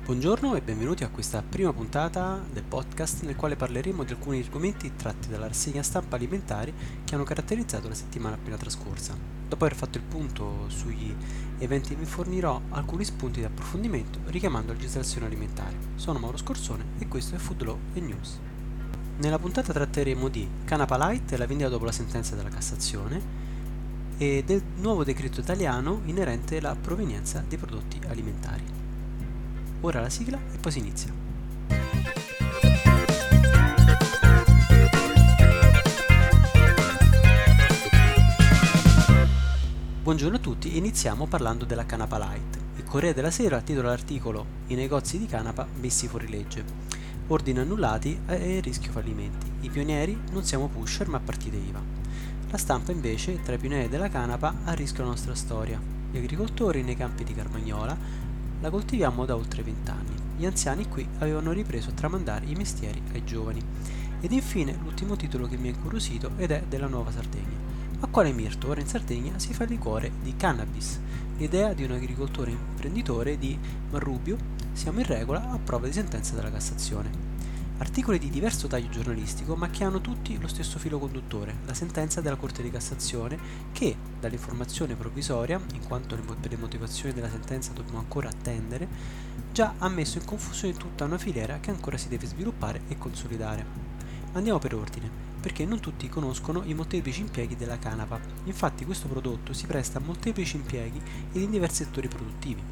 Buongiorno e benvenuti a questa prima puntata del podcast nel quale parleremo di alcuni argomenti tratti dalla rassegna stampa alimentari che hanno caratterizzato la settimana appena trascorsa. Dopo aver fatto il punto sugli eventi vi fornirò alcuni spunti di approfondimento richiamando la legislazione alimentare. Sono Mauro Scorsone e questo è Food Law e News. Nella puntata tratteremo di Canapa Light e la vendita dopo la sentenza della Cassazione e del nuovo decreto italiano inerente alla provenienza dei prodotti alimentari. Ora la sigla e poi si inizia. Buongiorno a tutti, iniziamo parlando della Canapa Light. Il Corriere della Sera titola l'articolo "I negozi di canapa messi fuori legge. Ordini annullati e rischio fallimenti. I pionieri non siamo pusher ma partite IVA". La Stampa invece, tra i pionieri della canapa, a rischio la nostra storia. Gli agricoltori nei campi di Carmagnola la coltiviamo da oltre 20 anni. Gli anziani qui avevano ripreso a tramandare i mestieri ai giovani. Ed infine l'ultimo titolo che mi ha incuriosito ed è della Nuova Sardegna. Ma quale mirto? Ora in Sardegna si fa il liquore di cannabis. L'idea di un agricoltore imprenditore di Marrubio, siamo in regola a prova di sentenza della Cassazione. Articoli di diverso taglio giornalistico ma che hanno tutti lo stesso filo conduttore, la sentenza della Corte di Cassazione che, dall'informazione provvisoria, in quanto per le motivazioni della sentenza dobbiamo ancora attendere, già ha messo in confusione tutta una filiera che ancora si deve sviluppare e consolidare. Andiamo per ordine, perché non tutti conoscono i molteplici impieghi della canapa. Infatti questo prodotto si presta a molteplici impieghi ed in diversi settori produttivi.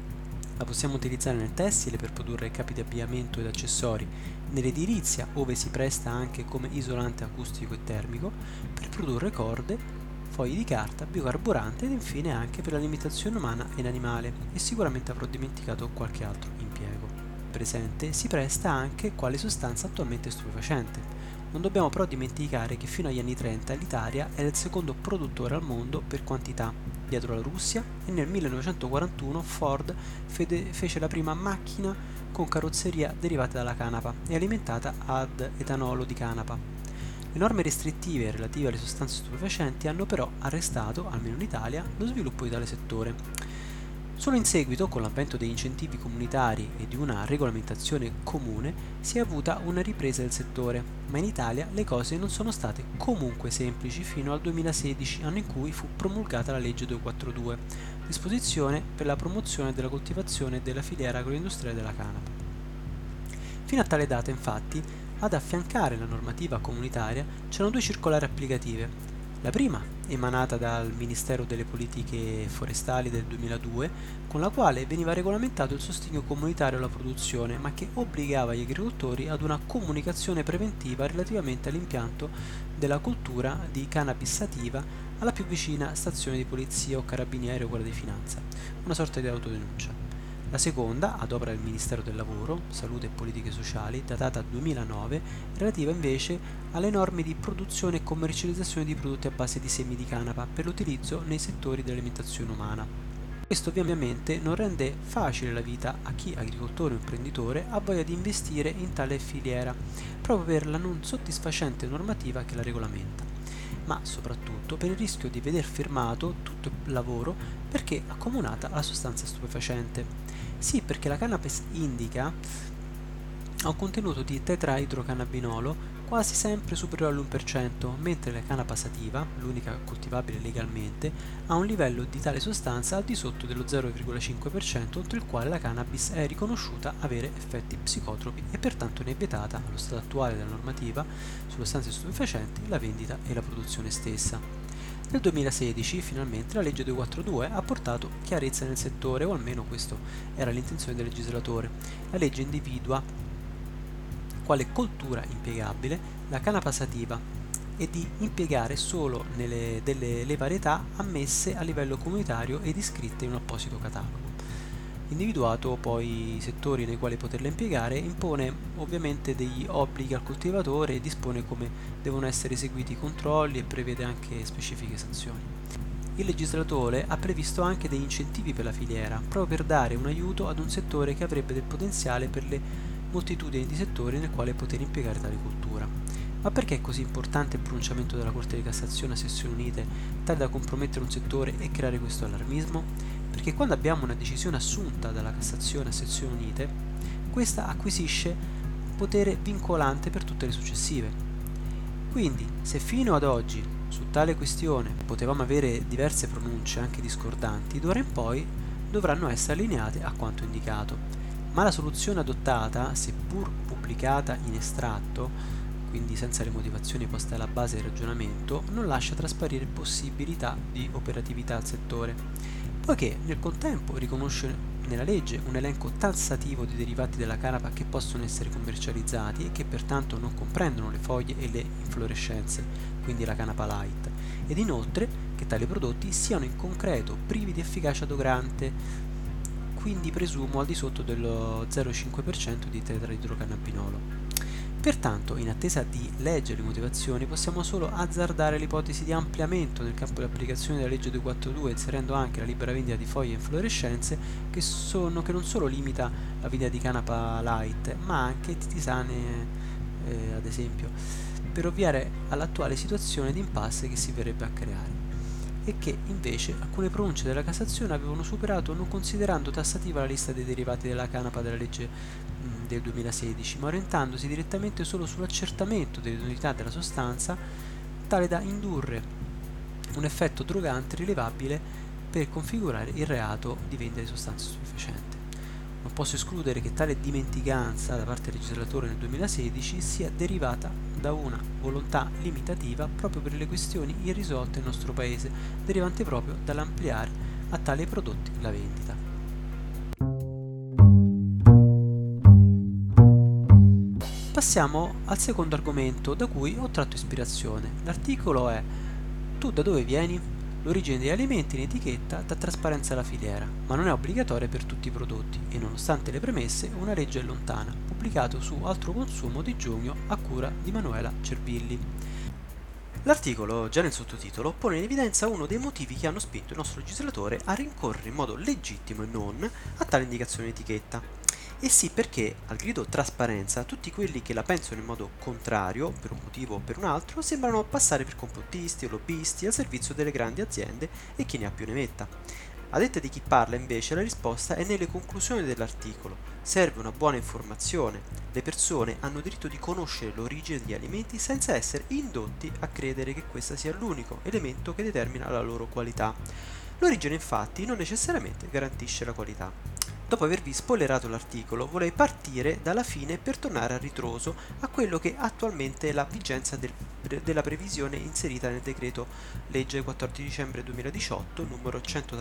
La possiamo utilizzare nel tessile per produrre capi di abbigliamento ed accessori, nell'edilizia, ove si presta anche come isolante acustico e termico, per produrre corde, fogli di carta, biocarburante ed infine anche per l'alimentazione umana ed animale, e sicuramente avrò dimenticato qualche altro impiego. Presente si presta anche quale sostanza attualmente stupefacente. Non dobbiamo però dimenticare che fino agli anni 30 l'Italia era il secondo produttore al mondo per quantità, dietro la Russia, e nel 1941 Ford fece la prima macchina con carrozzeria derivata dalla canapa e alimentata ad etanolo di canapa. Le norme restrittive relative alle sostanze stupefacenti hanno però arrestato, almeno in Italia, lo sviluppo di tale settore. Solo in seguito, con l'avvento degli incentivi comunitari e di una regolamentazione comune, si è avuta una ripresa del settore, ma in Italia le cose non sono state comunque semplici fino al 2016, anno in cui fu promulgata la legge 242, disposizione per la promozione della coltivazione della filiera agroindustriale della canapa. Fino a tale data, infatti, ad affiancare la normativa comunitaria c'erano due circolari applicative. La prima, emanata dal Ministero delle Politiche Forestali del 2002, con la quale veniva regolamentato il sostegno comunitario alla produzione, ma che obbligava gli agricoltori ad una comunicazione preventiva relativamente all'impianto della coltura di cannabis sativa alla più vicina stazione di polizia o carabinieri o guardia di finanza, una sorta di autodenuncia. La seconda, ad opera del Ministero del Lavoro, Salute e Politiche Sociali, datata 2009, relativa invece alle norme di produzione e commercializzazione di prodotti a base di semi di canapa per l'utilizzo nei settori dell'alimentazione umana. Questo ovviamente non rende facile la vita a chi, agricoltore o imprenditore, ha voglia di investire in tale filiera, proprio per la non soddisfacente normativa che la regolamenta, ma soprattutto per il rischio di veder fermato tutto il lavoro perché accomunata alla sostanza stupefacente. Sì, perché la cannabis indica ha un contenuto di tetraidrocannabinolo quasi sempre superiore all'1%, mentre la canapa sativa, l'unica coltivabile legalmente, ha un livello di tale sostanza al di sotto dello 0,5%, oltre il quale la cannabis è riconosciuta avere effetti psicotropi e pertanto ne è vietata, allo stato attuale della normativa sulle sostanze stupefacenti, la vendita e la produzione stessa. Nel 2016 finalmente la legge 242 ha portato chiarezza nel settore, o almeno questo era l'intenzione del legislatore. La legge individua quale coltura impiegabile la canapa sativa e di impiegare solo delle varietà ammesse a livello comunitario ed iscritte in un apposito catalogo. Individuato poi i settori nei quali poterla impiegare, impone ovviamente degli obblighi al coltivatore e dispone come devono essere eseguiti i controlli e prevede anche specifiche sanzioni. Il legislatore ha previsto anche degli incentivi per la filiera, proprio per dare un aiuto ad un settore che avrebbe del potenziale per le moltitudini di settori nel quale poter impiegare tale cultura. Ma perché è così importante il pronunciamento della Corte di Cassazione a sezioni unite, tale da compromettere un settore e creare questo allarmismo? perché quando abbiamo una decisione assunta dalla Cassazione a sezioni unite, questa acquisisce potere vincolante per tutte le successive. Quindi, se fino ad oggi su tale questione potevamo avere diverse pronunce anche discordanti, d'ora in poi dovranno essere allineate a quanto indicato. Ma la soluzione adottata, seppur pubblicata in estratto, quindi senza le motivazioni poste alla base del ragionamento, non lascia trasparire possibilità di operatività al settore, poiché nel contempo riconosce nella legge un elenco tassativo di derivati della canapa che possono essere commercializzati e che pertanto non comprendono le foglie e le inflorescenze, quindi la canapa light, ed inoltre che tali prodotti siano in concreto privi di efficacia drogante, quindi presumo al di sotto dello 0,5% di tetraidrocannabinolo. Pertanto, in attesa di leggere le motivazioni, possiamo solo azzardare l'ipotesi di ampliamento nel campo di applicazione della legge 242, inserendo anche la libera vendita di foglie e inflorescenze, che non solo limita la vendita di canapa light, ma anche di tisane, ad esempio, per ovviare all'attuale situazione di impasse che si verrebbe a creare, e che invece alcune pronunce della Cassazione avevano superato non considerando tassativa la lista dei derivati della canapa della legge del 2016, ma orientandosi direttamente solo sull'accertamento dell'idoneità della sostanza, tale da indurre un effetto drogante rilevabile per configurare il reato di vendita di sostanze stupefacenti. Non posso escludere che tale dimenticanza da parte del legislatore nel 2016 sia derivata da una volontà limitativa proprio per le questioni irrisolte nel nostro Paese, derivante proprio dall'ampliare a tali prodotti la vendita. Passiamo al secondo argomento da cui ho tratto ispirazione. L'articolo è: tu da dove vieni? L'origine degli alimenti in etichetta dà trasparenza alla filiera, ma non è obbligatoria per tutti i prodotti e nonostante le premesse una legge è lontana, pubblicato su Altro Consumo di giugno a cura di Manuela Cerbilli. L'articolo, già nel sottotitolo, pone in evidenza uno dei motivi che hanno spinto il nostro legislatore a rincorrere in modo legittimo e non a tale indicazione in etichetta. E sì, perché al grido trasparenza tutti quelli che la pensano in modo contrario, per un motivo o per un altro, sembrano passare per complottisti o lobbisti al servizio delle grandi aziende e chi ne ha più ne metta. A detta di chi parla invece la risposta è nelle conclusioni dell'articolo. Serve una buona informazione. Le persone hanno diritto di conoscere l'origine degli alimenti senza essere indotti a credere che questo sia l'unico elemento che determina la loro qualità. L'origine infatti non necessariamente garantisce la qualità. Dopo avervi spoilerato l'articolo, vorrei partire dalla fine per tornare a ritroso a quello che attualmente è la vigenza della previsione inserita nel decreto legge 14 dicembre 2018 numero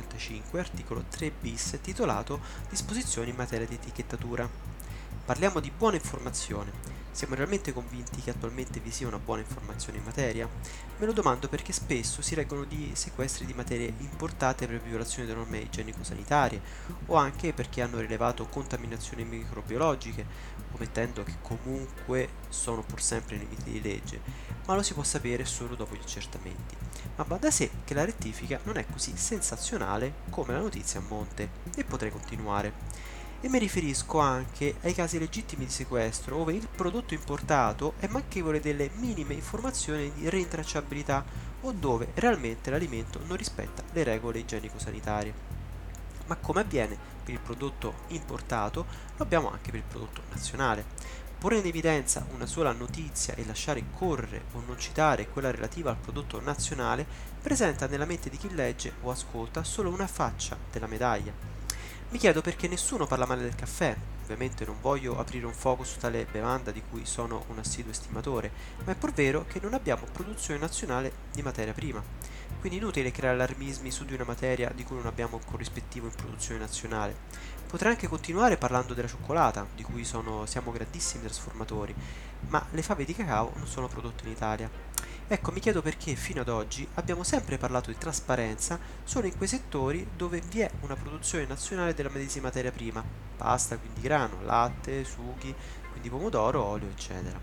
135 articolo 3 bis titolato Disposizioni in materia di etichettatura. Parliamo di buona informazione. Siamo realmente convinti che attualmente vi sia una buona informazione in materia? Me lo domando perché spesso si leggono di sequestri di materie importate per violazione delle norme igienico-sanitarie o anche perché hanno rilevato contaminazioni microbiologiche, omettendo che comunque sono pur sempre nei limiti di legge, ma lo si può sapere solo dopo gli accertamenti. Ma va da sé che la rettifica non è così sensazionale come la notizia a monte, e potrei continuare. E mi riferisco anche ai casi legittimi di sequestro, dove il prodotto importato è manchevole delle minime informazioni di rintracciabilità o dove realmente l'alimento non rispetta le regole igienico-sanitarie. Ma come avviene per il prodotto importato, lo abbiamo anche per il prodotto nazionale. Porre in evidenza una sola notizia e lasciare correre o non citare quella relativa al prodotto nazionale presenta nella mente di chi legge o ascolta solo una faccia della medaglia. Mi chiedo perché nessuno parla male del caffè. Ovviamente non voglio aprire un fuoco su tale bevanda di cui sono un assiduo estimatore, ma è pur vero che non abbiamo produzione nazionale di materia prima. Quindi inutile creare allarmismi su di una materia di cui non abbiamo un corrispettivo in produzione nazionale. Potrei anche continuare parlando della cioccolata, di cui siamo grandissimi trasformatori, ma le fave di cacao non sono prodotte in Italia. Ecco, mi chiedo perché fino ad oggi abbiamo sempre parlato di trasparenza solo in quei settori dove vi è una produzione nazionale della medesima materia prima, pasta, quindi grano, latte, sughi, quindi pomodoro, olio, eccetera.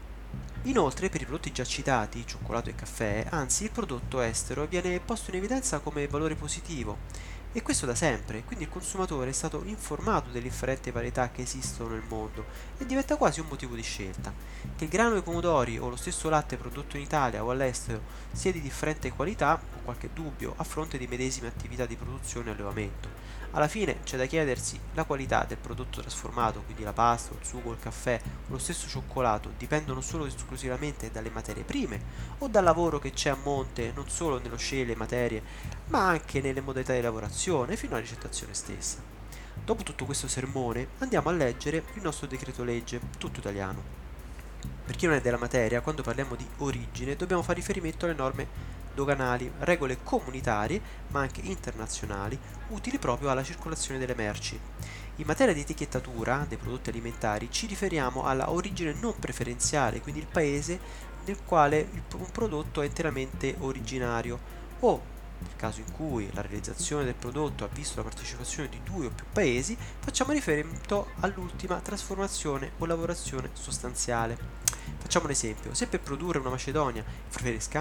Inoltre, per i prodotti già citati, cioccolato e caffè, anzi il prodotto estero viene posto in evidenza come valore positivo e questo da sempre, quindi il consumatore è stato informato delle differenti varietà che esistono nel mondo e diventa quasi un motivo di scelta. Che il grano dei pomodori o lo stesso latte prodotto in Italia o all'estero sia di differente qualità, ho qualche dubbio, a fronte di medesime attività di produzione e allevamento. Alla fine c'è da chiedersi la qualità del prodotto trasformato, quindi la pasta, il sugo, il caffè o lo stesso cioccolato, dipendono solo ed esclusivamente dalle materie prime o dal lavoro che c'è a monte non solo nello scegliere le materie, ma anche nelle modalità di lavorazione fino alla ricettazione stessa. Dopo tutto questo sermone andiamo a leggere il nostro decreto legge, tutto italiano. Per chi non è della materia, quando parliamo di origine dobbiamo fare riferimento alle norme doganali, regole comunitarie ma anche internazionali, utili proprio alla circolazione delle merci. In materia di etichettatura dei prodotti alimentari ci riferiamo alla origine non preferenziale, quindi il paese nel quale un prodotto è interamente originario, o nel caso in cui la realizzazione del prodotto ha visto la partecipazione di due o più paesi, facciamo riferimento all'ultima trasformazione o lavorazione sostanziale. Facciamo un esempio: se per produrre una macedonia fresca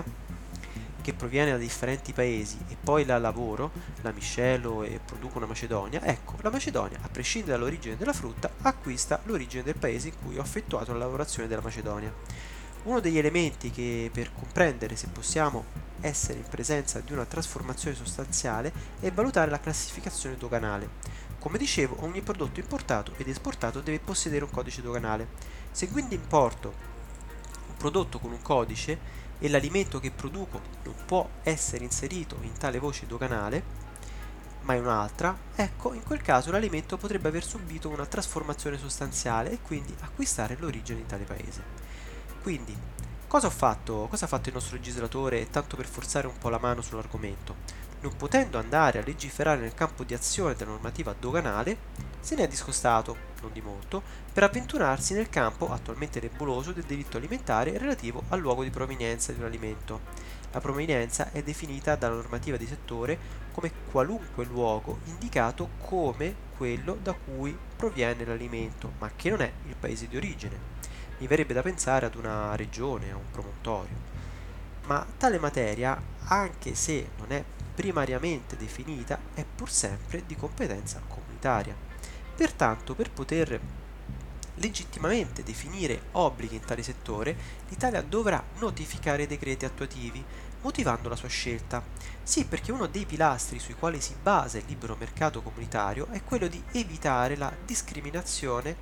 che proviene da differenti paesi e poi la lavoro, la miscelo e produco una macedonia, ecco, la macedonia, a prescindere dall'origine della frutta, acquista l'origine del paese in cui ho effettuato la lavorazione della macedonia. Uno degli elementi che per comprendere se possiamo essere in presenza di una trasformazione sostanziale è valutare la classificazione doganale. Come dicevo, ogni prodotto importato ed esportato deve possedere un codice doganale. Se quindi importo un prodotto con un codice e l'alimento che produco non può essere inserito in tale voce doganale, ma in un'altra, ecco, in quel caso l'alimento potrebbe aver subito una trasformazione sostanziale e quindi acquistare l'origine in tale paese. Quindi, cosa ho fatto? Cosa ha fatto il nostro legislatore tanto per forzare un po' la mano sull'argomento? Non potendo andare a legiferare nel campo di azione della normativa doganale, se ne è discostato, non di molto, per avventurarsi nel campo attualmente nebuloso del diritto alimentare relativo al luogo di provenienza di un alimento. La provenienza è definita dalla normativa di settore come qualunque luogo indicato come quello da cui proviene l'alimento, ma che non è il paese di origine. Mi verrebbe da pensare ad una regione, a un promontorio. Ma tale materia, anche se non è primariamente definita, è pur sempre di competenza comunitaria. Pertanto, per poter legittimamente definire obblighi in tale settore, l'Italia dovrà notificare i decreti attuativi, motivando la sua scelta. Sì, perché uno dei pilastri sui quali si basa il libero mercato comunitario è quello di evitare la discriminazione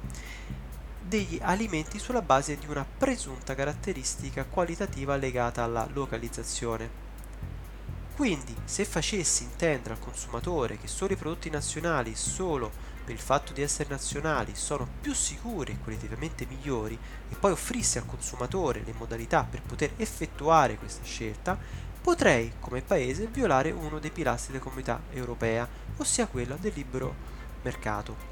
degli alimenti sulla base di una presunta caratteristica qualitativa legata alla localizzazione. Quindi, se facessi intendere al consumatore che solo i prodotti nazionali, solo per il fatto di essere nazionali, sono più sicuri e qualitativamente migliori, e poi offrissi al consumatore le modalità per poter effettuare questa scelta, potrei, come paese, violare uno dei pilastri della comunità europea, ossia quello del libero mercato.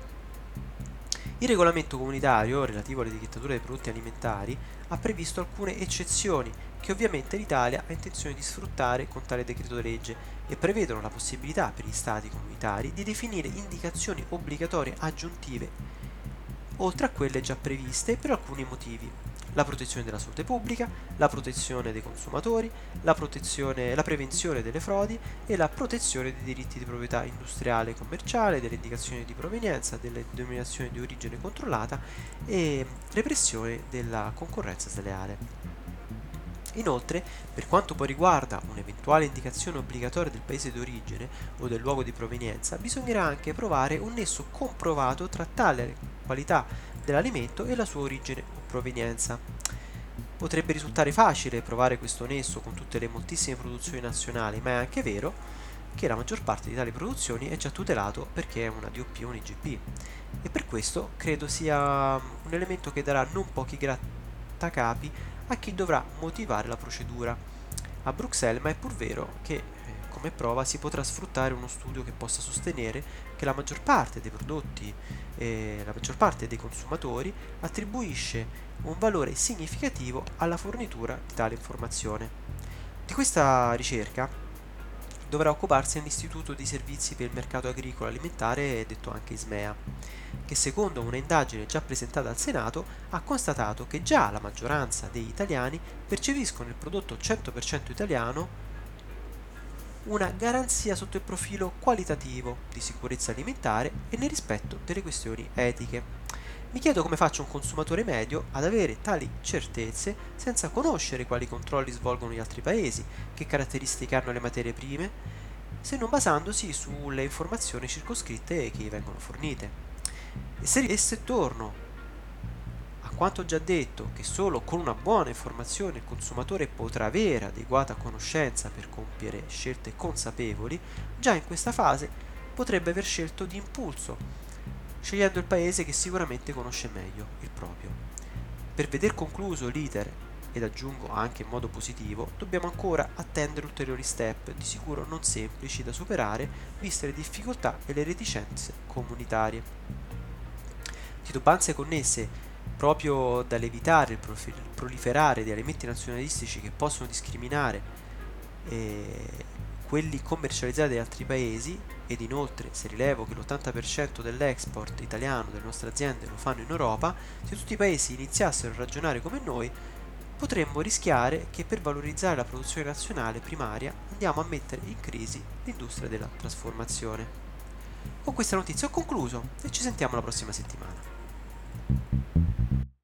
Il regolamento comunitario relativo all'etichettatura dei prodotti alimentari ha previsto alcune eccezioni che ovviamente l'Italia ha intenzione di sfruttare con tale decreto legge e prevedono la possibilità per gli Stati comunitari di definire indicazioni obbligatorie aggiuntive oltre a quelle già previste per alcuni motivi: la protezione della salute pubblica, la protezione dei consumatori, la prevenzione delle frodi e la protezione dei diritti di proprietà industriale e commerciale, delle indicazioni di provenienza, delle denominazioni di origine controllata e repressione della concorrenza sleale. Inoltre, per quanto poi riguarda un'eventuale indicazione obbligatoria del paese d'origine o del luogo di provenienza, bisognerà anche provare un nesso comprovato tra tale qualità dell'alimento e la sua origine o provenienza. Potrebbe risultare facile provare questo nesso con tutte le moltissime produzioni nazionali, ma è anche vero che la maggior parte di tali produzioni è già tutelato perché è una DOP o un IGP e per questo credo sia un elemento che darà non pochi grattacapi a chi dovrà motivare la procedura a Bruxelles, ma è pur vero che come prova si potrà sfruttare uno studio che possa sostenere che la maggior parte dei prodotti e la maggior parte dei consumatori attribuisce un valore significativo alla fornitura di tale informazione. Di questa ricerca dovrà occuparsi l'Istituto di Servizi per il Mercato Agricolo e Alimentare, detto anche ISMEA, che secondo una indagine già presentata al Senato ha constatato che già la maggioranza degli italiani percepiscono il prodotto 100% italiano una garanzia sotto il profilo qualitativo di sicurezza alimentare e nel rispetto delle questioni etiche. Mi chiedo come faccia un consumatore medio ad avere tali certezze senza conoscere quali controlli svolgono gli altri paesi, che caratteristiche hanno le materie prime, se non basandosi sulle informazioni circoscritte che gli vengono fornite. E se torno a quanto già detto, che solo con una buona informazione il consumatore potrà avere adeguata conoscenza per compiere scelte consapevoli, già in questa fase potrebbe aver scelto di impulso, scegliendo il paese che sicuramente conosce meglio il proprio. Per veder concluso l'iter, ed aggiungo anche in modo positivo, dobbiamo ancora attendere ulteriori step, di sicuro non semplici da superare, viste le difficoltà e le reticenze comunitarie. Titubanze connesse proprio dall'evitare il proliferare di alimenti nazionalistici che possono discriminare quelli commercializzati da altri paesi, ed inoltre se rilevo che l'80% dell'export italiano delle nostre aziende lo fanno in Europa, se tutti i paesi iniziassero a ragionare come noi, potremmo rischiare che per valorizzare la produzione nazionale primaria andiamo a mettere in crisi l'industria della trasformazione. Con questa notizia ho concluso e ci sentiamo la prossima settimana.